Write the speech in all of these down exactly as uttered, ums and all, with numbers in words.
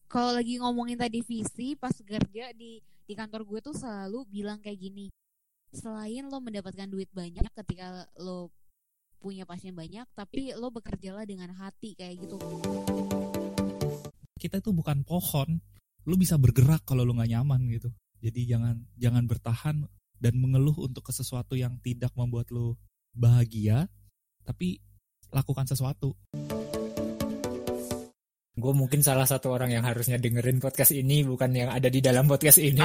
Kalau lagi ngomongin tadi visi, pas kerja di di kantor gue tuh selalu bilang kayak gini. Selain lo mendapatkan duit banyak ketika lo punya pasien banyak, tapi lo bekerjalah dengan hati kayak gitu. Kita itu bukan pohon, lo bisa bergerak kalau lo nggak nyaman gitu. Jadi jangan jangan bertahan dan mengeluh untuk ke sesuatu yang tidak membuat lo bahagia, tapi lakukan sesuatu. Gue mungkin salah satu orang yang harusnya dengerin podcast ini, bukan yang ada di dalam podcast ini.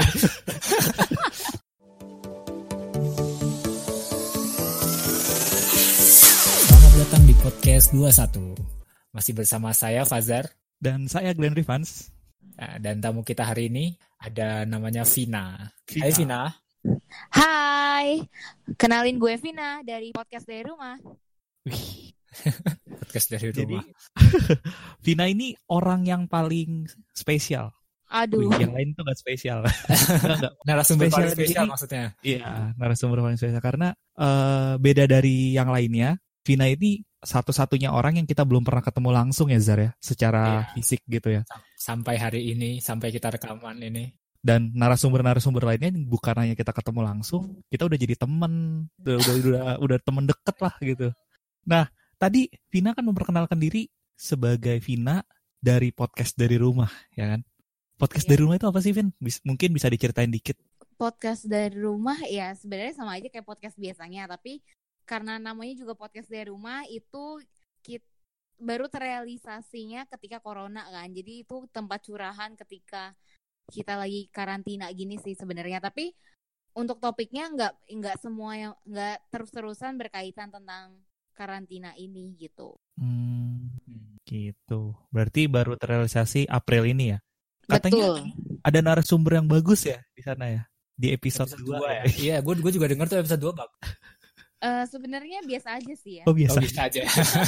Selamat datang di podcast dua puluh satu. Masih bersama saya Fazar. Dan saya Glenn Rivans. Nah, dan tamu kita hari ini ada namanya Vina. Vina. Hai Vina. Hai, kenalin gue Vina dari podcast dari rumah. Wih. Podcast dari rumah. Jadi, Vina ini orang yang paling spesial. Aduh. Wih, yang lain tuh gak spesial. Enggak, narasumber spesial paling spesial ini, maksudnya. Iya, narasumber paling spesial. Karena uh, beda dari yang lainnya, Vina ini satu-satunya orang yang kita belum pernah ketemu langsung ya Zar ya, secara iya. fisik gitu ya. Sampai hari ini, sampai kita rekaman ini. Dan narasumber-narasumber lainnya bukan hanya kita ketemu langsung, kita udah jadi temen, udah udah udah, udah temen deket lah gitu. Nah, tadi Vina kan memperkenalkan diri sebagai Vina dari podcast dari rumah, ya kan? Podcast ya. Dari rumah itu apa sih, Vin? Bis, mungkin bisa diceritain dikit. Podcast dari rumah ya sebenarnya sama aja kayak podcast biasanya, tapi karena namanya juga podcast dari rumah, itu kita, baru terrealisasinya ketika corona kan. Jadi itu tempat curahan ketika kita lagi karantina gini sih sebenarnya. Tapi untuk topiknya nggak nggak semua yang nggak terus-terusan berkaitan tentang karantina ini gitu. Hmm, gitu. Berarti baru terrealisasi April ini ya? Katanya betul. Ada narasumber yang bagus ya di sana ya? Di episode, episode dua ya? Iya, gue gue juga dengar tuh episode dua bagus. Uh, sebenarnya biasa aja sih ya. Oh biasa, oh, biasa aja.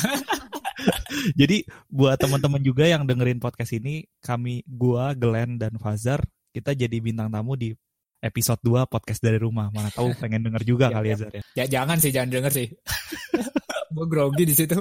Jadi buat teman-teman juga yang dengerin podcast ini, kami, gua, Glenn dan Fazar, kita jadi bintang tamu di episode dua podcast dari rumah. Mana tahu pengen denger juga kali ya Zar ya. Ya jangan sih, jangan denger sih. Gue grogi di situ.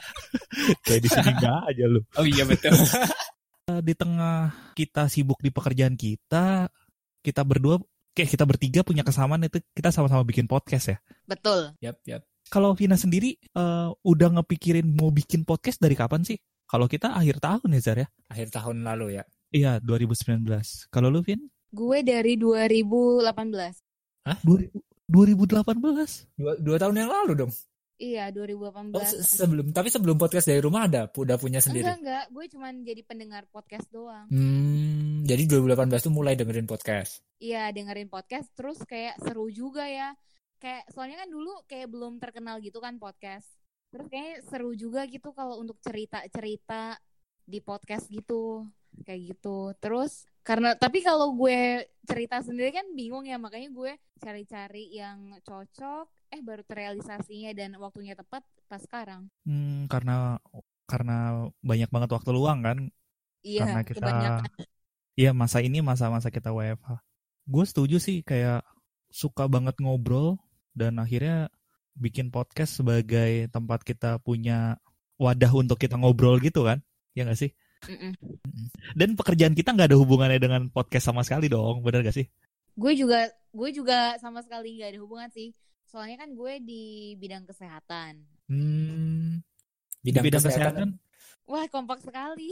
Kayak di sini enggak aja lu. Oh iya betul. Di tengah kita sibuk di pekerjaan kita, kita berdua, kayak kita bertiga punya kesamaan itu kita sama-sama bikin podcast ya. Betul. Yap, yap. Kalau Vina sendiri uh, udah ngepikirin mau bikin podcast dari kapan sih? Kalau kita akhir tahun ya Zar ya? Akhir tahun lalu ya? Iya, dua ribu sembilan belas. Kalau lu, Vin? Gue dari dua ribu delapan belas. Hah? dua ribu delapan belas? Dua, dua tahun yang lalu dong? Iya, dua ribu delapan belas. Oh, se- sebelum, tapi sebelum podcast dari rumah ada? Udah punya sendiri? Enggak, enggak. Gue cuma jadi pendengar podcast doang. Hmm, jadi dua ribu delapan belas tuh mulai dengerin podcast? Iya, dengerin podcast. Terus kayak seru juga ya. Kayak soalnya kan dulu kayak belum terkenal gitu kan podcast. Terus kayak seru juga gitu kalau untuk cerita-cerita di podcast gitu. Kayak gitu. Terus karena tapi kalau gue cerita sendiri kan bingung ya, makanya gue cari-cari yang cocok, eh baru terrealisasinya dan waktunya tepat pas sekarang. Hmm, karena karena banyak banget waktu luang kan? Iya, karena kita kebanyakan. Iya, masa ini masa-masa kita W F H. Gue setuju sih, kayak suka banget ngobrol dan akhirnya bikin podcast sebagai tempat kita punya wadah untuk kita ngobrol gitu kan? Ya nggak sih? Mm-mm. Dan pekerjaan kita nggak ada hubungannya dengan podcast sama sekali dong, benar gak sih? Gue juga, gue juga sama sekali nggak ada hubungan sih. Soalnya kan gue di bidang kesehatan. Hmm, bidang, di bidang kesehatan. kesehatan. Wah, kompak sekali.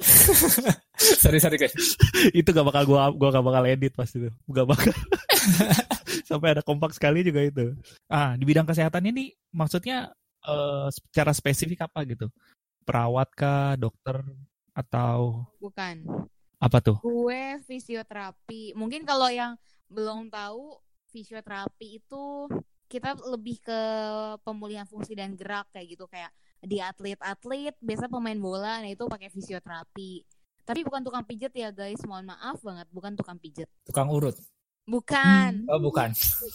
sorry sorry guys. Itu gak bakal gue, gue gak bakal edit pasti itu, gak bakal. Sampai ada kompak sekali juga itu. Ah, di bidang kesehatan ini maksudnya uh, secara spesifik apa gitu? Perawat kah, dokter atau? Bukan. Apa tuh? Gue fisioterapi. Mungkin kalau yang belum tahu, fisioterapi itu kita lebih ke pemulihan fungsi dan gerak kayak gitu, kayak di atlet-atlet biasa pemain bola, nah itu pakai fisioterapi. Tapi bukan tukang pijet ya guys, mohon maaf banget, bukan tukang pijet. Tukang urut? Bukan. Oh bukan.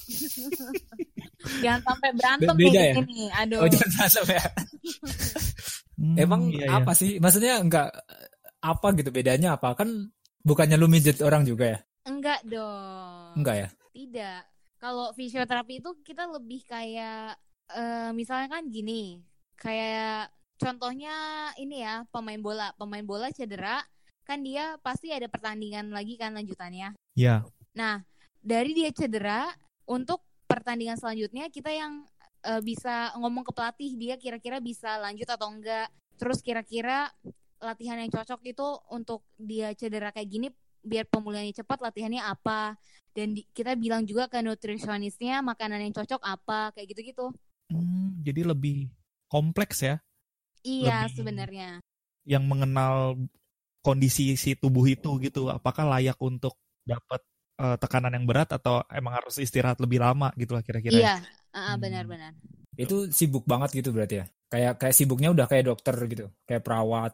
Jangan sampai berantem Be- nih ya? ini. Aduh. Oh jangan berantem ya. Hmm, Emang iya, apa iya. sih? Maksudnya enggak apa gitu bedanya apa? Kan bukannya lu mijet orang juga ya? Enggak dong. Enggak ya? Tidak. Kalau fisioterapi itu kita lebih kayak uh, misalnya kan gini, kayak contohnya ini ya, pemain bola, pemain bola cedera, kan dia pasti ada pertandingan lagi kan lanjutannya. Ya. Nah, dari dia cedera, untuk pertandingan selanjutnya kita yang uh, bisa ngomong ke pelatih dia kira-kira bisa lanjut atau enggak. Terus kira-kira latihan yang cocok itu untuk dia cedera kayak gini biar pemulihannya cepat, latihannya apa. Dan di, kita bilang juga ke nutrisionisnya makanan yang cocok apa, kayak gitu-gitu. Hmm, jadi lebih kompleks ya? Iya, Lebih sebenarnya. Yang mengenal kondisi si tubuh itu gitu, apakah layak untuk dapat uh, tekanan yang berat atau emang harus istirahat lebih lama gitu lah kira-kira. Iya, uh, hmm. benar-benar. Itu sibuk banget gitu berarti ya? Kayak kayak sibuknya udah kayak dokter gitu, kayak perawat.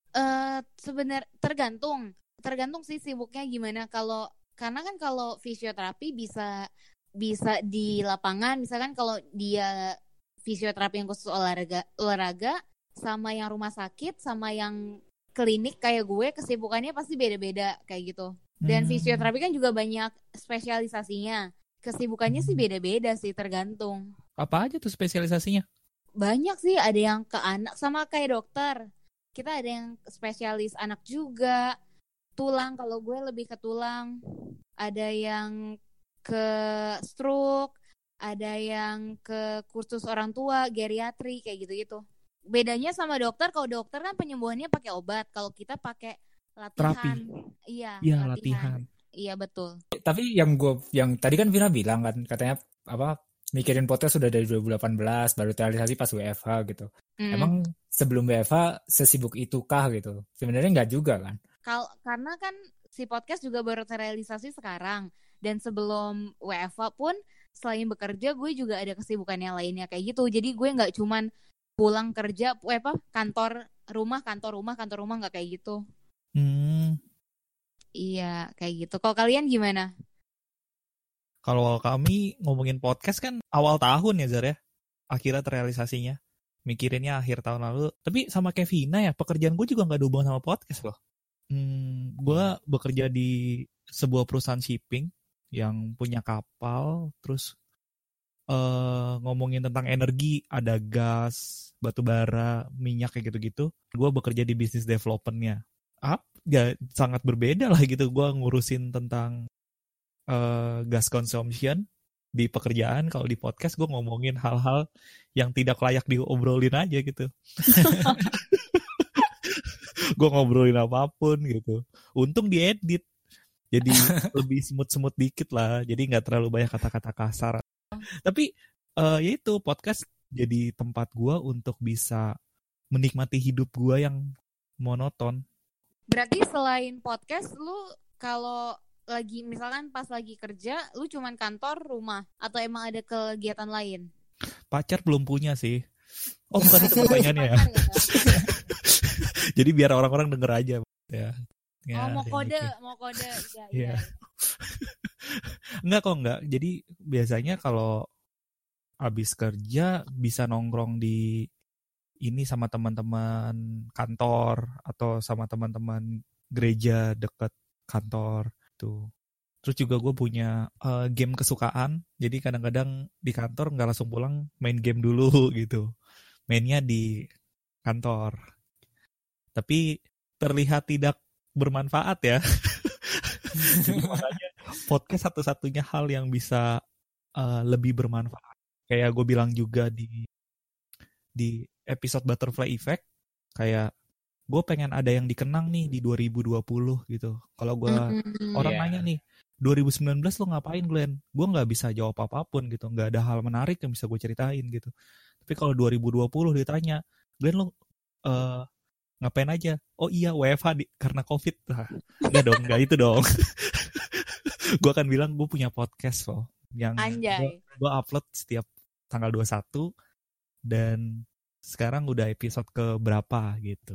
Uh, sebenarnya tergantung, tergantung sih sibuknya gimana. Kalau karena kan kalau fisioterapi bisa bisa di lapangan, misalkan kalau dia fisioterapi yang khusus olahraga olahraga sama yang rumah sakit sama yang klinik kayak gue kesibukannya pasti beda-beda kayak gitu. Dan hmm. fisioterapi kan juga banyak spesialisasinya. Kesibukannya hmm. sih beda-beda sih, tergantung. Apa aja tuh spesialisasinya? Banyak sih, ada yang ke anak sama kayak dokter. Kita ada yang spesialis anak juga. Tulang, kalau gue lebih ke tulang. Ada yang ke stroke, ada yang ke kursus orang tua, geriatri kayak gitu-gitu. Bedanya sama dokter, kalau dokter kan penyembuhannya pakai obat, kalau kita pakai latihan. Terapi. Iya, ya, latihan. latihan. Iya, betul. Tapi yang gue yang tadi kan Vina bilang kan katanya apa mikirin podcast sudah dari dua ribu delapan belas baru terrealisasi pas W F H gitu. Mm. Emang sebelum W F H sesibuk itukah gitu? Sebenarnya nggak juga kan? Kal- karena kan si podcast juga baru terrealisasi sekarang, dan sebelum W F H pun selain bekerja gue juga ada kesibukan yang lainnya kayak gitu. Jadi gue nggak cuman pulang kerja, eh, apa kantor rumah kantor rumah kantor rumah nggak kayak gitu. Hmm. Iya kayak gitu. Kalau kalian gimana? Kalau kami ngomongin podcast kan awal tahun ya Zar ya, akhirnya terrealisasinya. Mikirinnya akhir tahun lalu. Tapi sama kayak Vina ya, pekerjaan gue juga nggak ada hubungan sama podcast loh. Hmm, gue bekerja di sebuah perusahaan shipping yang punya kapal, terus uh, ngomongin tentang energi, ada gas, batu bara, minyak kayak gitu-gitu. Gue bekerja di bisnis development-nya. Ah, ya sangat berbeda lah gitu. Gue ngurusin tentang uh, gas consumption di pekerjaan. Kalau di podcast gue ngomongin hal-hal yang tidak layak diobrolin aja gitu. Gue ngobrolin apapun gitu. Untung diedit, jadi lebih semut-semut dikit lah. Jadi nggak terlalu banyak kata-kata kasar. Tapi uh, ya itu podcast jadi tempat gue untuk bisa menikmati hidup gue yang monoton. Berarti selain podcast, lu kalau lagi misalkan pas lagi kerja, lu cuman kantor, rumah, atau emang ada kegiatan lain? Pacar belum punya sih. Oh bukan itu pertanyaannya ya. Jadi biar orang-orang denger aja ya. Ya, oh mau kode, gitu. mau kode. Ya, ya. ya. Enggak kok enggak. Jadi biasanya kalau habis kerja bisa nongkrong di ini sama teman-teman kantor atau sama teman-teman gereja dekat kantor tuh. Terus juga gue punya uh, game kesukaan. Jadi kadang-kadang di kantor nggak langsung pulang, main game dulu gitu. Mainnya di kantor. Tapi terlihat tidak bermanfaat ya. Jadi makanya podcast satu-satunya hal yang bisa uh, lebih bermanfaat. Kayak gue bilang juga di di episode Butterfly Effect, kayak gue pengen ada yang dikenang nih di dua ribu dua puluh gitu. Kalau gue mm-hmm. orang yeah. nanya nih, dua ribu sembilan belas lo ngapain Glenn? Gue nggak bisa jawab apapun gitu, nggak ada hal menarik yang bisa gue ceritain gitu. Tapi kalau dua ribu dua puluh ditanya, Glenn lo uh, ngapain aja? Oh iya W F H di, karena COVID. Nah, enggak dong, enggak itu dong. Gue akan bilang gue punya podcast loh, yang gue upload setiap tanggal dua puluh satu dan sekarang udah episode ke berapa gitu.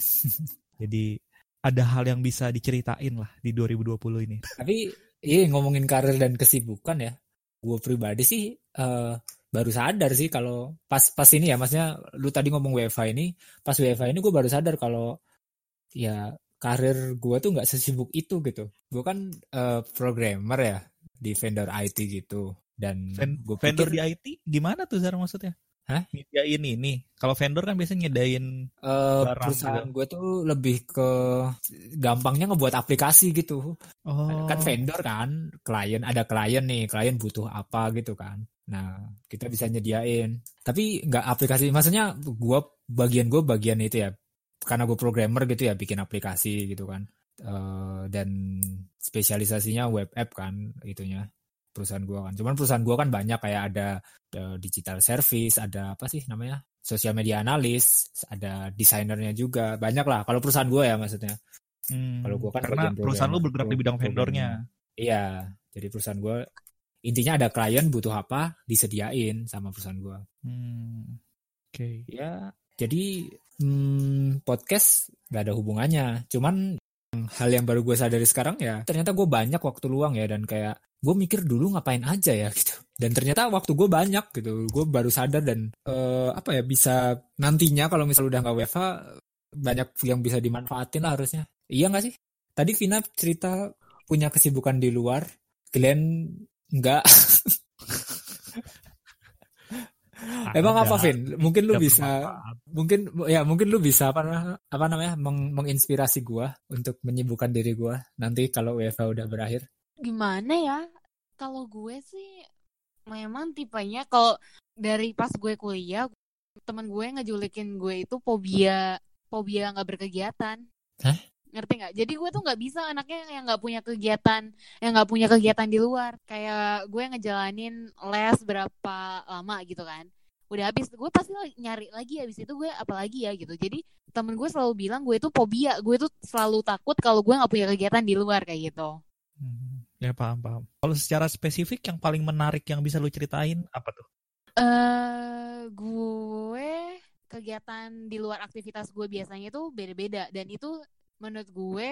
Jadi ada hal yang bisa diceritain lah di dua ribu dua puluh ini. Tapi iya ngomongin karir dan kesibukan ya, gue pribadi sih uh, baru sadar sih kalau pas pas ini ya, maksudnya lu tadi ngomong W F H ini, pas W F H ini gue baru sadar kalau ya karir gue tuh nggak sesibuk itu gitu. Gue kan uh, programmer ya di vendor I T gitu, dan Ven- gue vendor pikir di I T gimana tuh Zara maksudnya? Hah? Nyediain ini. Kalau vendor kan biasanya nyediain Uh, barang perusahaan gitu. gue tuh lebih ke gampangnya ngebuat aplikasi gitu. Oh. Kan vendor kan, klien ada klien nih, klien butuh apa gitu kan. Nah, kita bisa nyediain. Tapi nggak aplikasi, maksudnya gue bagian gue bagian itu ya, karena gue programmer gitu ya, bikin aplikasi gitu kan. Uh, dan spesialisasinya web app kan, itunya perusahaan gue kan. Cuman perusahaan gue kan banyak, kayak ada uh, digital service, ada apa sih namanya? Sosial media analis, ada desainernya juga, banyak lah. Kalau perusahaan gue ya maksudnya. Hmm, Kalau gue kan karena bagian perusahaan lu bergerak di bidang vendornya. Iya, jadi perusahaan gue intinya ada klien butuh apa disediain sama perusahaan gue. Hmm, Oke. Okay. Ya, jadi hmm, podcast nggak ada hubungannya. Cuman hal yang baru gue sadari sekarang ya, ternyata gue banyak waktu luang ya, dan kayak gue mikir dulu ngapain aja ya gitu. Dan ternyata waktu gue banyak gitu. Gue baru sadar dan uh, apa ya, bisa nantinya kalau misalnya udah nggak W F H banyak yang bisa dimanfaatin lah harusnya. Iya nggak sih? Tadi Vina cerita punya kesibukan di luar, Glenn enggak. Emang apa, Vin? Mungkin lu bisa, mungkin ya mungkin lu bisa apa apa namanya meng, menginspirasi gua untuk menyibukkan diri gua nanti kalau W F H udah berakhir. Gimana ya? Kalau gue sih memang tipenya, kalau dari pas gue kuliah, teman gue ngejulikin gue itu fobia fobia nggak berkegiatan. Hah? Ngerti nggak? Jadi gue tuh nggak bisa anaknya yang nggak punya kegiatan, yang nggak punya kegiatan di luar. Kayak gue ngejalanin les berapa lama gitu kan. Udah habis, gue pasti nyari lagi, habis itu gue apalagi ya gitu. Jadi temen gue selalu bilang gue tuh fobia, gue tuh selalu takut kalau gue nggak punya kegiatan di luar kayak gitu. Hmm, ya paham paham. Kalau secara spesifik yang paling menarik yang bisa lu ceritain apa tuh? Eh, uh, gue kegiatan di luar aktivitas gue biasanya tuh beda-beda, dan itu menurut gue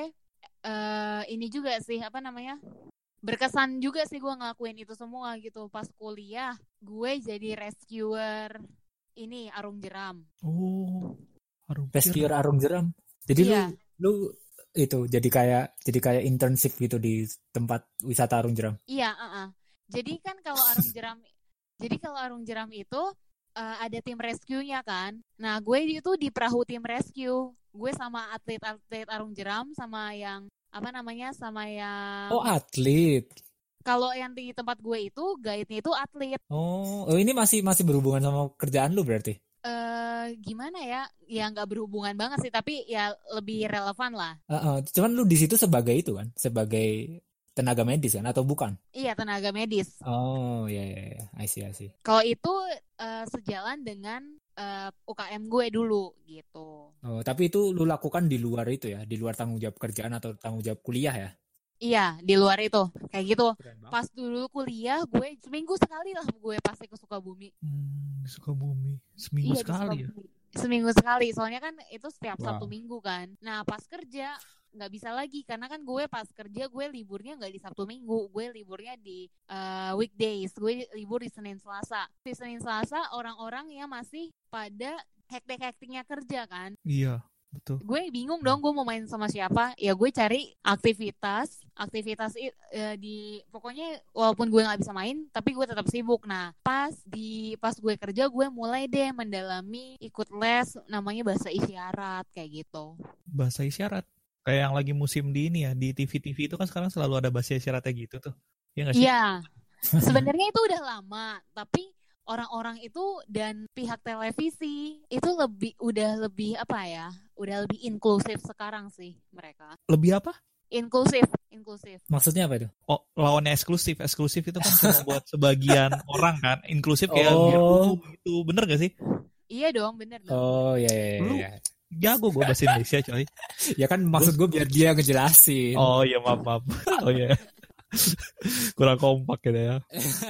uh, ini juga sih apa namanya berkesan juga sih gue ngelakuin itu semua gitu. Pas kuliah gue jadi rescuer ini arung jeram. Oh, arung rescuer jeram. arung jeram. Jadi iya. lu lu itu jadi kayak jadi kayak internship gitu di tempat wisata arung jeram. Iya, uh-uh. Jadi kan kalau arung jeram jadi kalau arung jeram itu uh, ada tim rescue-nya kan. Nah, gue itu di perahu tim rescue. Gue sama atlet-atlet arung jeram, sama yang apa namanya sama yang oh atlet. Kalau yang di tempat gue itu guide-nya itu atlet. Oh, oh ini masih masih berhubungan sama kerjaan lu berarti? Eh uh, gimana ya? Ya nggak berhubungan banget sih, tapi ya lebih relevan lah. Uh, uh, cuman lu di situ sebagai itu kan, sebagai tenaga medis kan atau bukan? Iya, tenaga medis. Oh ya ya ya, I see I see. Kalau itu uh, sejalan dengan uh, U K M gue dulu gitu. Oh, tapi itu lu lakukan di luar itu ya, di luar tanggung jawab kerjaan atau tanggung jawab kuliah ya? Iya, di luar itu. Kayak gitu. Pas dulu kuliah, gue seminggu sekali lah gue pasti ke Sukabumi. Hmm, Sukabumi. Seminggu iya, sekali ya? Seminggu sekali. Soalnya kan itu setiap wow. Sabtu Minggu kan. Nah, pas kerja nggak bisa lagi. Karena kan gue pas kerja, gue liburnya nggak di Sabtu Minggu. Gue liburnya di uh, weekdays. Gue libur di Senin Selasa. Di Senin Selasa, orang-orang yang masih pada hektik-hektiknya kerja kan. Iya. Betul. Gue bingung dong, gue mau main sama siapa. Ya gue cari aktivitas aktivitas uh, di pokoknya walaupun gue nggak bisa main, tapi gue tetap sibuk. Nah pas di pas gue kerja, gue mulai deh mendalami ikut les namanya bahasa isyarat kayak gitu. Bahasa isyarat kayak yang lagi musim di ini ya, di T V T V itu kan sekarang selalu ada bahasa isyaratnya gitu tuh. Iya nggak sih? Iya. Sebenarnya itu udah lama, tapi orang-orang itu dan pihak televisi itu lebih udah lebih apa ya udah lebih inklusif sekarang sih mereka. Lebih apa? Inklusif, inklusif. Maksudnya apa itu? Oh, lawannya eksklusif. Eksklusif itu kan cuma buat sebagian orang kan. Inklusif kayak oh. biar umum gitu. Bener gak sih? Iya dong, bener dong. Oh iya iya iya. Lu jago gue bahasa Indonesia coy. Ya kan maksud gue biar dia ngejelasin. Oh iya maaf maaf. Oh iya. Kurang kompak gitu ya.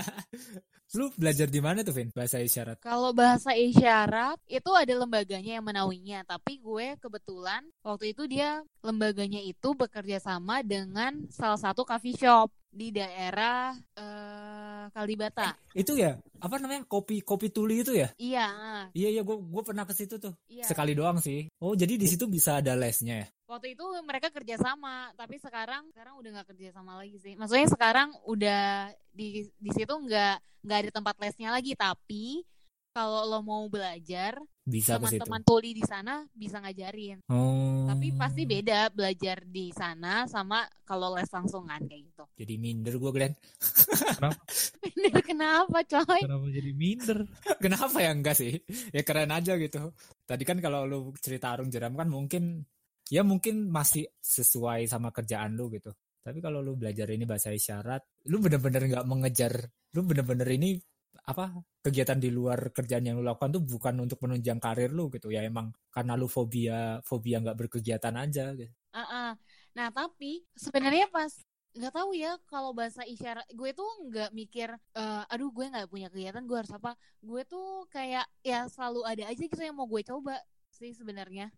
Lu belajar di mana tuh, Vin? Bahasa isyarat? Kalau bahasa isyarat itu ada lembaganya yang menaunginya, tapi gue kebetulan waktu itu dia lembaganya itu bekerja sama dengan salah satu coffee shop di daerah uh, Kalibata. Eh, itu ya, apa namanya, kopi kopi tuli itu ya? Iya. Iya iya, gue gue pernah ke situ tuh. Iya. Sekali doang sih. Oh jadi di situ bisa ada lesnya ya? Waktu itu mereka kerja sama, tapi sekarang sekarang udah nggak kerja sama lagi sih. Maksudnya sekarang udah di di situ nggak nggak ada tempat lesnya lagi, tapi kalau lo mau belajar, bisa ke situ. teman-teman tuli di sana bisa ngajarin. Oh. Tapi pasti beda belajar di sana sama kalau les langsungan kayak gitu. Jadi minder gue, Glenn. Kenapa? Minder kenapa, coy? Kenapa jadi minder? Kenapa ya enggak sih? Ya keren aja gitu. Tadi kan kalau lu cerita Arung Jeram kan mungkin ya mungkin masih sesuai sama kerjaan lu gitu. Tapi kalau lu belajar ini bahasa isyarat, lu bener-bener nggak mengejar, lu bener-bener ini apa kegiatan di luar kerjaan yang lu lakukan tuh bukan untuk menunjang karir lu gitu ya, emang karena lu fobia fobia nggak berkegiatan aja gitu. Uh-uh. Nah tapi sebenarnya pas nggak tahu ya kalau bahasa isyarat, gue tuh nggak mikir, uh, aduh gue nggak punya kegiatan gue harus apa. Gue tuh kayak ya selalu ada aja gitu yang mau gue coba sih sebenarnya.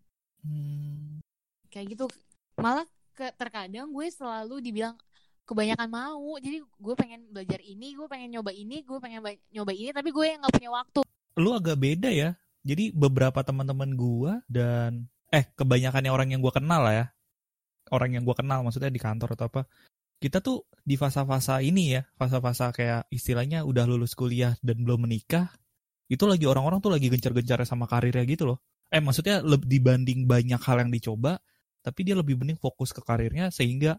Hmm. Kayak gitu, malah ke, terkadang gue selalu dibilang kebanyakan mau, jadi gue pengen belajar ini, gue pengen nyoba ini, gue pengen ba- nyoba ini, tapi gue nggak punya waktu. Lu agak beda ya. Jadi beberapa teman-teman gue dan eh kebanyakannya orang yang gue kenal lah ya, orang yang gue kenal maksudnya di kantor atau apa, kita tuh di fase-fase ini ya, fase-fase kayak istilahnya udah lulus kuliah dan belum menikah, itu lagi orang-orang tuh lagi gencar-gencarnya sama karirnya gitu loh. Eh maksudnya lebih dibanding banyak hal yang dicoba, tapi dia lebih mending fokus ke karirnya sehingga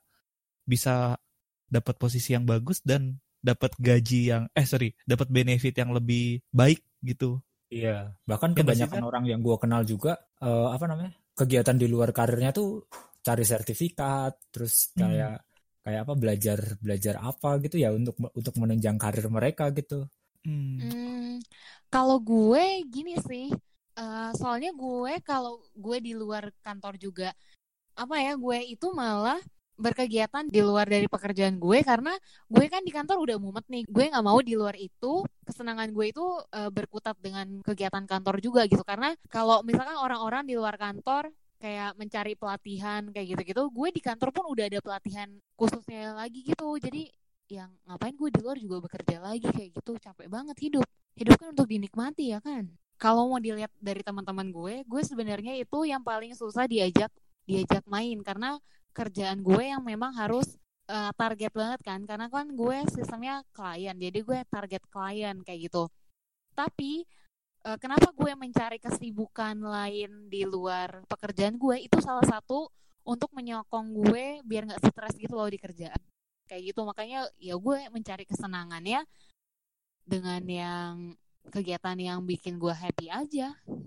bisa dapat posisi yang bagus dan dapat gaji yang eh sorry dapat benefit yang lebih baik gitu. Iya, bahkan Ya, kebanyakan kan? orang yang gue kenal juga uh, apa namanya kegiatan di luar karirnya tuh cari sertifikat, terus kayak hmm. kayak apa belajar belajar apa gitu ya untuk untuk menunjang karir mereka gitu. Hmm. Hmm, kalau gue gini sih, uh, soalnya gue kalau gue di luar kantor juga apa ya, gue itu malah berkegiatan di luar dari pekerjaan gue karena gue kan di kantor udah mumet nih. Gue nggak mau di luar itu kesenangan gue itu uh, berkutat dengan kegiatan kantor juga gitu. Karena kalau misalkan orang-orang di luar kantor kayak mencari pelatihan kayak gitu-gitu, gue di kantor pun udah ada pelatihan khususnya lagi gitu. Jadi yang ngapain gue di luar juga bekerja lagi kayak gitu, capek banget hidup. Hidup kan untuk dinikmati ya kan. Kalau mau dilihat dari teman-teman gue, gue sebenarnya itu yang paling susah diajak diajak main karena kerjaan gue yang memang harus uh, target banget kan, karena kan gue sistemnya klien, jadi gue target klien kayak gitu. Tapi uh, kenapa gue mencari kesibukan lain di luar pekerjaan gue, itu salah satu untuk menyokong gue biar nggak stres gitu loh di kerjaan kayak gitu. Makanya ya gue mencari kesenangannya dengan yang kegiatan yang bikin gue happy aja.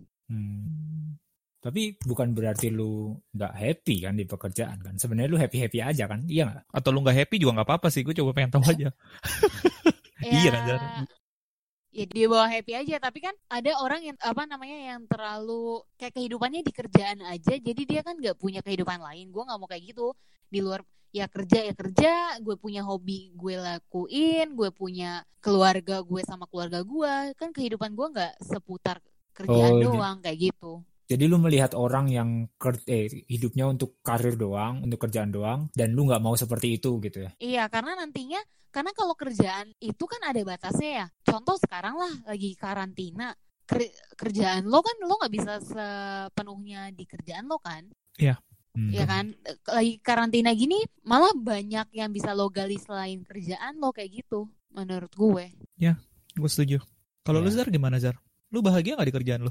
Hmm. Tapi bukan berarti lu nggak happy kan di pekerjaan kan? Sebenarnya lu happy happy aja kan? Iya nggak? Atau lu nggak happy juga nggak apa-apa sih? Gue coba pengen tahu aja. Ya, iya kan? Ya dia bawa happy aja. Tapi kan ada orang yang apa namanya yang terlalu kayak kehidupannya di kerjaan aja. Jadi dia kan nggak punya kehidupan lain. Gue nggak mau kayak gitu. Di luar ya kerja ya kerja. Gue punya hobi gue lakuin. Gue punya keluarga gue sama keluarga gue. Kan kehidupan gue nggak seputar kerjaan oh, doang di... kayak gitu. Jadi lu melihat orang yang ker- eh, hidupnya untuk karir doang, untuk kerjaan doang, dan lu nggak mau seperti itu gitu ya? Iya, karena nantinya, karena kalau kerjaan itu kan ada batasnya ya. Contoh sekarang lah lagi karantina, Ker- kerjaan lo kan lo nggak bisa sepenuhnya di kerjaan lo kan? Iya. Hmm. Ya kan, lagi karantina gini malah banyak yang bisa lo gali selain kerjaan lo kayak gitu, menurut gue. Ya, gue setuju. Kalau ya. Lu Zar gimana Zar? Lu bahagia nggak di kerjaan lo?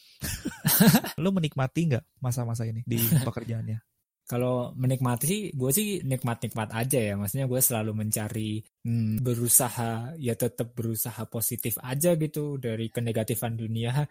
Lo menikmati nggak masa-masa ini di pekerjaannya? Kalau menikmati sih, gue sih nikmat-nikmat aja ya. Maksudnya gue selalu mencari hmm, berusaha, ya tetap berusaha positif aja gitu dari kenegatifan dunia.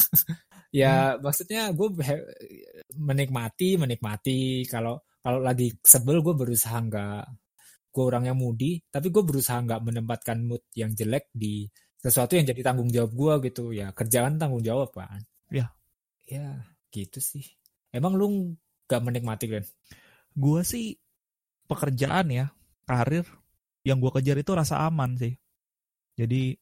ya hmm. maksudnya gue he- menikmati, menikmati. Kalau kalau lagi sebel gue berusaha nggak, gue orangnya moody, tapi gue berusaha nggak menempatkan mood yang jelek di sesuatu yang jadi tanggung jawab gue gitu. Ya kerjaan tanggung jawab kan. Ya, ya gitu sih. Emang lu gak menikmati kan? Gue sih pekerjaan ya, karir yang gue kejar itu rasa aman sih. Jadi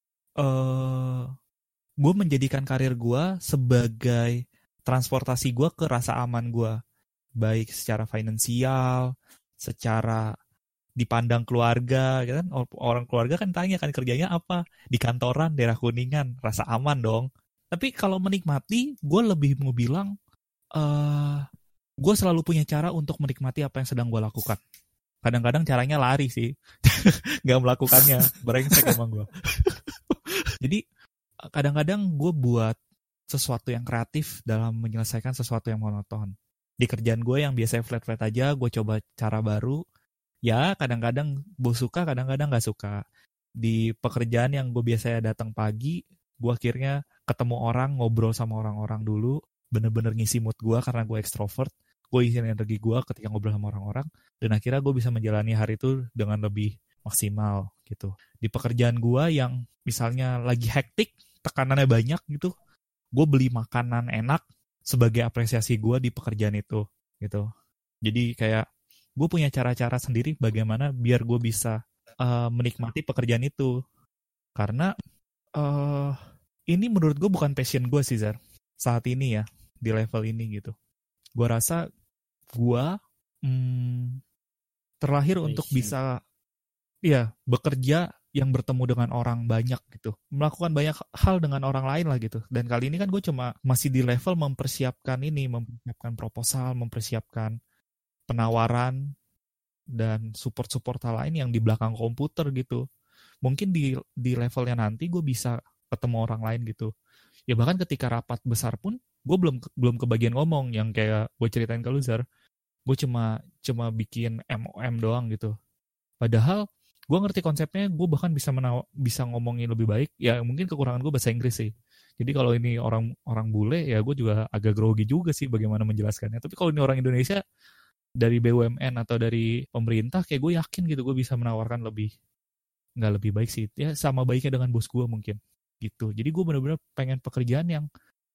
uh, gue menjadikan karir gue sebagai transportasi gue ke rasa aman gue, baik secara finansial, secara dipandang keluarga, gitu kan? Orang keluarga kan tanya kan kerjanya apa, di kantoran daerah Kuningan, rasa aman dong. Tapi kalau menikmati, gue lebih mau bilang, uh, gue selalu punya cara untuk menikmati apa yang sedang gue lakukan. Kadang-kadang caranya lari sih, nggak melakukannya, brengsek emang gue. Jadi kadang-kadang gue buat sesuatu yang kreatif dalam menyelesaikan sesuatu yang monoton. Di kerjaan gue yang biasanya flat-flat aja, gue coba cara baru. Ya kadang-kadang gue suka, kadang-kadang gak suka. Di pekerjaan yang gue biasanya datang pagi, gue akhirnya ketemu orang, ngobrol sama orang-orang dulu, bener-bener ngisi mood gue karena gue ekstrovert. Gue isiin energi gue ketika ngobrol sama orang-orang, dan akhirnya gue bisa menjalani hari itu dengan lebih maksimal gitu. Di pekerjaan gue yang misalnya lagi hektik, tekanannya banyak gitu, gue beli makanan enak sebagai apresiasi gue di pekerjaan itu gitu. Jadi kayak gue punya cara-cara sendiri bagaimana biar gue bisa uh, menikmati pekerjaan itu. Karena uh, ini menurut gue bukan passion gue sih, Zar, saat ini ya, di level ini gitu. Gue rasa gue hmm, terlahir passion untuk bisa ya bekerja yang bertemu dengan orang banyak gitu, melakukan banyak hal dengan orang lain lah gitu. Dan kali ini kan gue cuma masih di level mempersiapkan ini, mempersiapkan proposal, mempersiapkan penawaran dan support-support hal lain yang di belakang komputer gitu. Mungkin di di levelnya nanti gue bisa ketemu orang lain gitu. Ya bahkan ketika rapat besar pun gue belum belum kebagian ngomong, yang kayak gue ceritain ke lu, Zar. Gue cuma cuma bikin M O M doang gitu. Padahal gue ngerti konsepnya, gue bahkan bisa menaw- bisa ngomongin lebih baik. Ya mungkin kekurangan gue bahasa Inggris sih. Jadi kalau ini orang orang bule, ya gue juga agak grogi juga sih bagaimana menjelaskannya. Tapi kalau ini orang Indonesia dari B U M N atau dari pemerintah, kayak gue yakin gitu gue bisa menawarkan lebih, nggak lebih baik sih. Ya sama baiknya dengan bos gue mungkin gitu. Jadi gue benar-benar pengen pekerjaan yang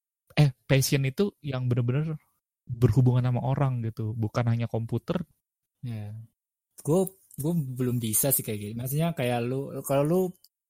eh passion itu yang benar-benar berhubungan sama orang gitu, bukan hanya komputer. Ya, gue gue belum bisa sih kayak gitu. Maksudnya kayak lu, kalau lu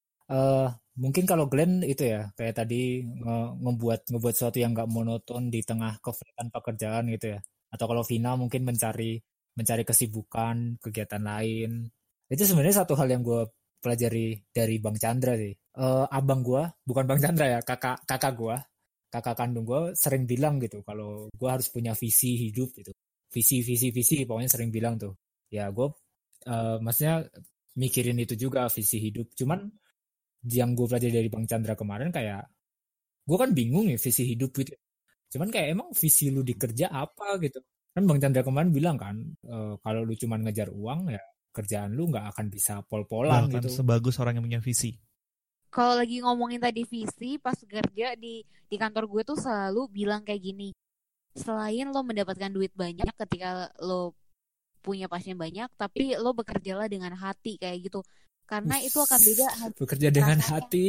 uh, mungkin kalau Glenn itu ya kayak tadi nge- ngebuat ngebuat sesuatu yang nggak monoton di tengah kefletan pekerjaan gitu ya. Atau kalau Vina mungkin mencari mencari kesibukan, kegiatan lain. Itu sebenarnya satu hal yang gue pelajari dari Bang Chandra sih. Uh, abang gue, bukan Bang Chandra ya, kakak kakak gue, kakak kandung gue sering bilang gitu kalau gue harus punya visi hidup gitu. Visi visi visi pokoknya sering bilang tuh. Ya gue Uh, maksudnya mikirin itu juga visi hidup. Cuman yang gue pelajari dari Bang Chandra kemarin kayak gue kan bingung nih visi hidup gitu. Cuman kayak emang visi lu di kerja apa gitu. Kan Bang Chandra kemarin bilang kan uh, kalau lu cuman ngejar uang ya kerjaan lu nggak akan bisa pol-polan bahkan gitu. Sebagus orang yang punya visi. Kalau lagi ngomongin tadi visi, pas kerja di di kantor gue tuh selalu bilang kayak gini. Selain lo mendapatkan duit banyak ketika lo punya pasien banyak, tapi lo bekerjalah dengan hati kayak gitu, karena Uff, itu akan beda bekerja dengan rasanya. Hati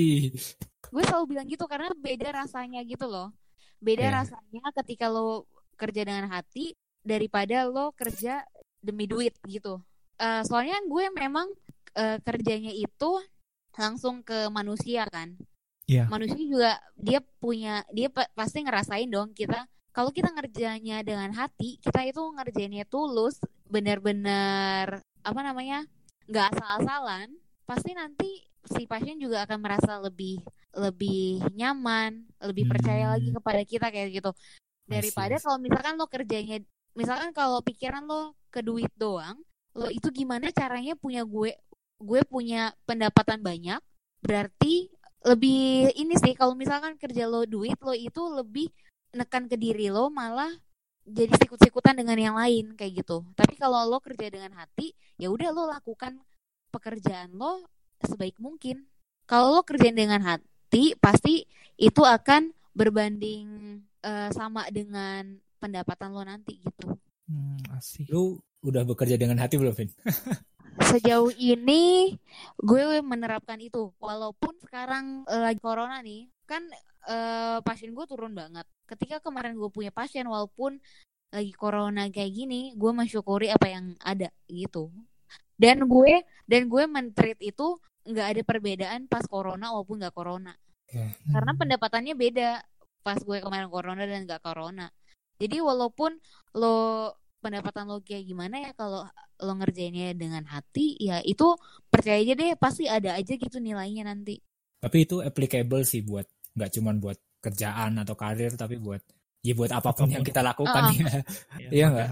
gue selalu bilang gitu karena beda rasanya gitu loh, beda yeah. rasanya ketika lo kerja dengan hati daripada lo kerja demi duit gitu. Uh, soalnya gue memang uh, kerjanya itu langsung ke manusia kan, yeah. manusia juga dia punya dia p- pasti ngerasain dong kita. Kalau kita ngerjainnya dengan hati, kita itu ngerjainnya tulus, benar-benar apa namanya, nggak asal-asalan, pasti nanti si pasien juga akan merasa lebih lebih nyaman, lebih hmm. percaya lagi kepada kita kayak gitu. Daripada kalau misalkan lo kerjanya, misalkan kalau pikiran lo ke duit doang, lo itu gimana caranya punya gue, gue punya pendapatan banyak, berarti lebih ini sih kalau misalkan kerja lo duit, lo itu lebih nekan ke diri lo, malah jadi sikut-sikutan dengan yang lain kayak gitu. Tapi kalau lo kerja dengan hati, ya udah lo lakukan pekerjaan lo sebaik mungkin. Kalau lo kerjain dengan hati, pasti itu akan berbanding uh, sama dengan pendapatan lo nanti gitu. Hmm, asik. Lo udah bekerja dengan hati belum, Vin? Sejauh ini gue menerapkan itu. Walaupun sekarang uh, lagi corona nih, kan uh, pasien gue turun banget. Ketika kemarin gue punya pasien, walaupun lagi corona kayak gini, gue mensyukuri apa yang ada gitu. Dan gue dan gue men-treat itu nggak ada perbedaan pas corona walaupun nggak corona. Okay. Karena pendapatannya beda pas gue kemarin corona dan nggak corona. Jadi walaupun lo pendapatan lo kayak gimana ya, kalau lo ngerjainnya dengan hati, ya itu percaya aja deh pasti ada aja gitu nilainya nanti. Tapi itu applicable sih buat nggak cuma buat kerjaan atau karir, tapi buat ya buat apapun, apapun yang kita lakukan uh, ya. Iya nggak?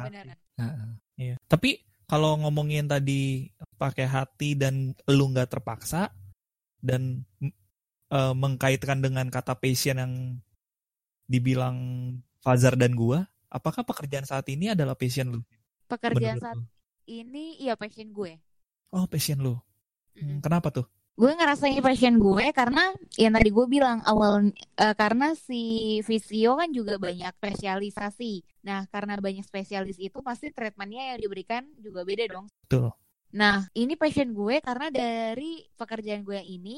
Iya. Tapi kalau ngomongin tadi pakai hati dan lu nggak terpaksa dan uh, mengkaitkan dengan kata passion yang dibilang Fazar dan gua, apakah pekerjaan saat ini adalah passion lu? Pekerjaan Menurut saat lu? ini iya passion gue. Oh, passion lu. Hmm, Mm-mm. kenapa tuh? Gue ngerasain passion gue karena yang tadi gue bilang awal eh, karena si Visio kan juga banyak spesialisasi. Nah, karena banyak spesialis itu pasti treatmentnya yang diberikan juga beda dong. Betul. Nah, ini passion gue karena dari pekerjaan gue yang ini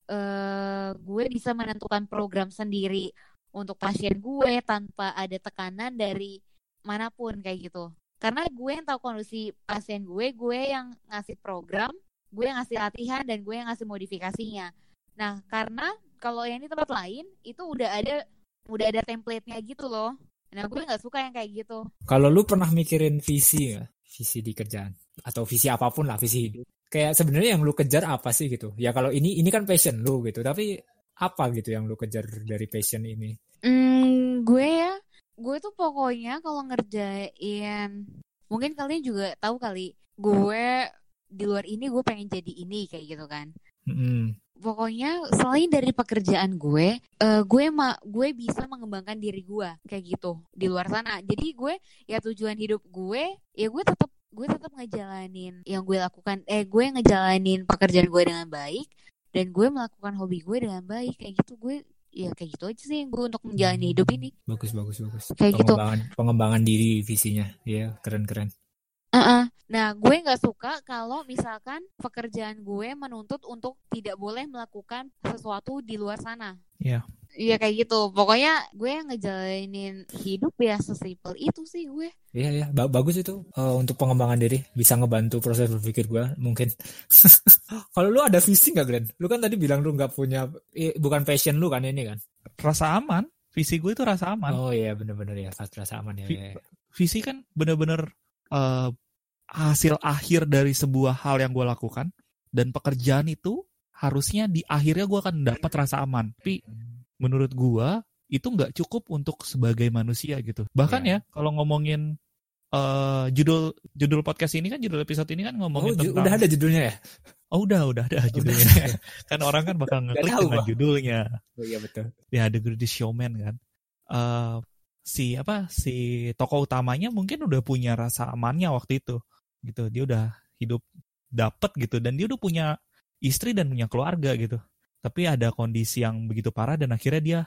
eh gue bisa menentukan program sendiri untuk pasien gue tanpa ada tekanan dari manapun kayak gitu. Karena gue yang tahu kondisi pasien gue, gue yang ngasih program, gue yang ngasih latihan, dan gue yang ngasih modifikasinya. Nah, karena kalau yang di tempat lain itu udah ada udah ada template-nya gitu loh. Nah, gue nggak suka yang kayak gitu. Kalau lu pernah mikirin visi nggak? Visi di kerjaan atau visi apapun lah, visi hidup. Kayak sebenarnya yang lu kejar apa sih gitu? Ya kalau ini ini kan passion lu gitu, tapi apa gitu yang lu kejar dari passion ini? Hmm, gue ya, gue tuh pokoknya kalau ngerjain, mungkin kalian juga tahu kali, gue di luar ini gue pengen jadi ini kayak gitu kan. Mm-hmm. Pokoknya selain dari pekerjaan gue, uh, gue ma gue bisa mengembangkan diri gue kayak gitu di luar sana. Jadi gue ya tujuan hidup gue, ya gue tetap gue tetap ngejalanin yang gue lakukan. Eh gue ngejalanin pekerjaan gue dengan baik dan gue melakukan hobi gue dengan baik kayak gitu. Gue ya kayak gitu aja sih gue untuk menjalani hidup ini. Bagus bagus bagus. Kayak pengembangan gitu. pengembangan diri visinya, ya keren keren. Uh-uh. Nah, gue nggak suka kalau misalkan pekerjaan gue menuntut untuk tidak boleh melakukan sesuatu di luar sana. Iya. Yeah. Iya kayak gitu. Pokoknya gue ngejalanin hidup ya sesimpel itu sih gue. Iya ya, ba- bagus itu uh, untuk pengembangan diri, bisa ngebantu proses berpikir gue mungkin. Kalau lu ada visi nggak, Glenn? Lu kan tadi bilang lu nggak punya, eh, bukan passion lu kan ini kan? Rasa aman. Visi gue itu rasa aman. Oh iya bener-bener ya, rasa aman ya. V- ya, ya. Visi kan bener-bener uh, hasil akhir dari sebuah hal yang gue lakukan, dan pekerjaan itu harusnya di akhirnya gue akan dapat rasa aman. Tapi menurut gue itu nggak cukup untuk sebagai manusia gitu. Bahkan yeah. ya kalau ngomongin uh, judul judul podcast ini kan, judul episode ini kan ngomongin oh, tentang. Udah ada judulnya ya? Oh udah udah ada judulnya. Kan orang kan bakal ngeklik dengan bah. judulnya. Oh iya betul. Ya The Greatest Showman kan. Uh, si apa si tokoh utamanya mungkin udah punya rasa amannya waktu itu gitu. Dia udah hidup dapet gitu, dan dia udah punya istri dan punya keluarga gitu. Tapi ada kondisi yang begitu parah dan akhirnya dia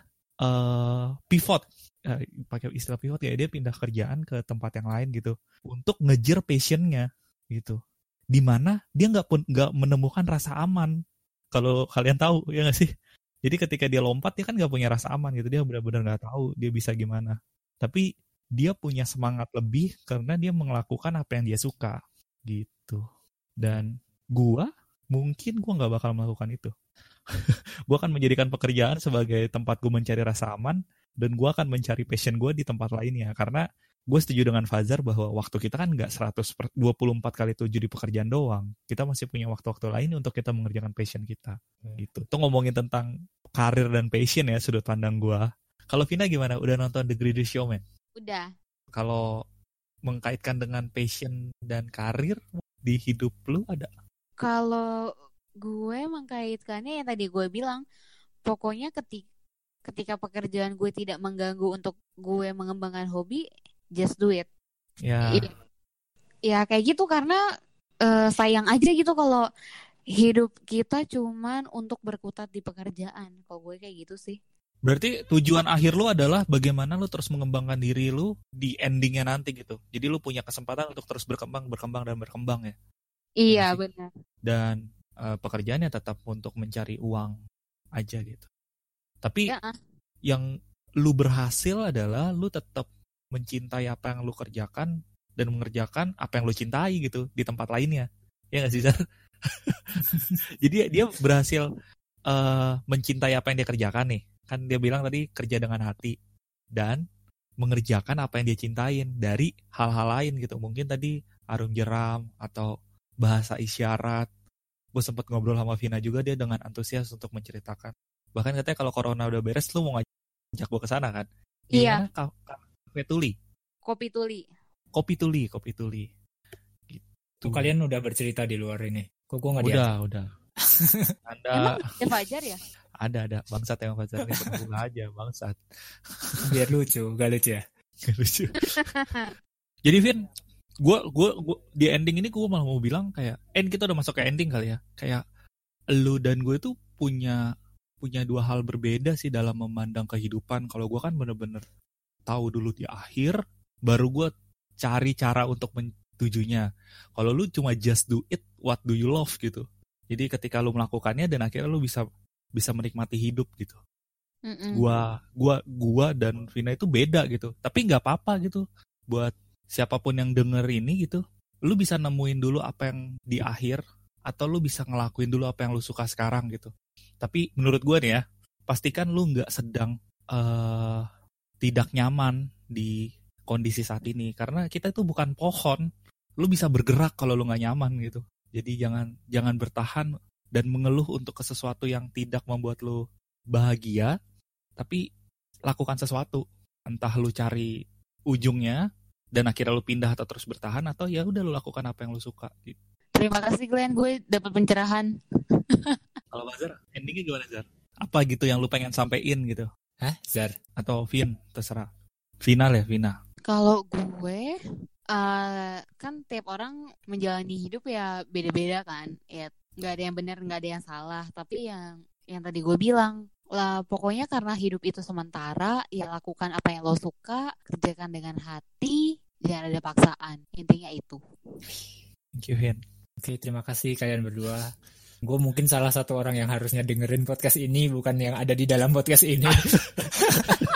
uh, pivot, uh, pakai istilah pivot ya, dia pindah kerjaan ke tempat yang lain gitu untuk ngejar passionnya gitu. Dimana dia nggak pun nggak menemukan rasa aman. Kalau kalian tahu ya nggak sih? Jadi ketika dia lompat dia kan nggak punya rasa aman gitu. Dia benar-benar nggak tahu dia bisa gimana. Tapi dia punya semangat lebih karena dia melakukan apa yang dia suka gitu. Dan gua mungkin gua nggak bakal melakukan itu. Gue akan menjadikan pekerjaan sebagai tempat gue mencari rasa aman, dan gue akan mencari passion gue di tempat lainnya. Karena gue setuju dengan Fazar bahwa waktu kita kan gak seratus dua puluh empat kali tujuh di pekerjaan doang. Kita masih punya waktu-waktu lain untuk kita mengerjakan passion kita. Gitu. Itu ngomongin tentang karir dan passion ya, sudut pandang gue. Kalau Vina gimana? Udah nonton The Greatest Showman? Udah. Kalau mengkaitkan dengan passion dan karir di hidup lu ada? Kalau gue mengkaitkannya yang tadi gue bilang, pokoknya ketika ketika pekerjaan gue tidak mengganggu untuk gue mengembangkan hobi, just do it. Ya. Ya, ya kayak gitu, karena uh, sayang aja gitu kalau hidup kita cuman untuk berkutat di pekerjaan. Kalau gue kayak gitu sih. Berarti tujuan akhir lu adalah bagaimana lu terus mengembangkan diri lu di endingnya nanti gitu. Jadi lu punya kesempatan untuk terus berkembang, berkembang dan berkembang ya. Iya benar. Dan Uh, pekerjaannya tetap untuk mencari uang aja gitu. Tapi ya. Yang lu berhasil adalah lu tetap mencintai apa yang lu kerjakan dan mengerjakan apa yang lu cintai gitu di tempat lainnya. Ya nggak sih, Zar? Jadi dia berhasil uh, mencintai apa yang dia kerjakan nih. Kan dia bilang tadi kerja dengan hati dan mengerjakan apa yang dia cintain dari hal-hal lain gitu. Mungkin tadi arum jeram atau bahasa isyarat. Gue sempat ngobrol sama Vina juga, dia dengan antusias untuk menceritakan. Bahkan katanya kalau corona udah beres, lu mau ngajak gue ke sana kan? Iya. Ka- ka- Kopi tuli. Kopi tuli. Kopi tuli, kopi tuli. Gitu. Kalian udah bercerita di luar ini? Kok gue nggak diajak? Udah, udah. Anda Emang ada Fajar ya? ada ada bangsat yang Fajar ini pernah aja bangsat. Biar lucu, gak lucu ya? Gak lucu. Jadi Vin, gue gua, gua di ending ini gue malah mau bilang kayak, end kita udah masuk ke ending kali ya. Kayak lu dan gue tuh punya punya dua hal berbeda sih dalam memandang kehidupan. Kalau gue kan bener-bener tahu dulu di akhir, baru gue cari cara untuk mentujunya. Kalau lu cuma just do it, what do you love gitu. Jadi ketika lu melakukannya dan akhirnya lu bisa bisa menikmati hidup gitu. Mm-mm. Gua gua gua dan Vina itu beda gitu. Tapi nggak apa-apa gitu. Buat siapapun yang denger ini gitu, lu bisa nemuin dulu apa yang di akhir atau lu bisa ngelakuin dulu apa yang lu suka sekarang gitu. Tapi menurut gua nih ya, pastikan lu nggak sedang uh, tidak nyaman di kondisi saat ini, karena kita itu bukan pohon. Lu bisa bergerak kalau lu nggak nyaman gitu. Jadi jangan jangan bertahan dan mengeluh untuk ke sesuatu yang tidak membuat lu bahagia, tapi lakukan sesuatu. Entah lu cari ujungnya dan akhirnya lu pindah atau terus bertahan, atau ya udah lu lakukan apa yang lu suka gitu. Terima kasih Glenn, gue dapat pencerahan. Kalau Zar, endingnya gimana Zar? Apa gitu yang lu pengen sampein gitu? Hah, Zar? Atau Vin, terserah. Final ya, Vina. Kalau gue uh, kan tiap orang menjalani hidup ya beda-beda kan. Ya nggak ada yang benar, nggak ada yang salah. Tapi yang yang tadi gue bilang lah, pokoknya karena hidup itu sementara, ya lakukan apa yang lo suka, kerjakan dengan hati, jangan ada paksaan. Intinya itu. Thank you, Vin. Oke, terima kasih kalian berdua. Gue mungkin salah satu orang yang harusnya dengerin podcast ini, bukan yang ada di dalam podcast ini.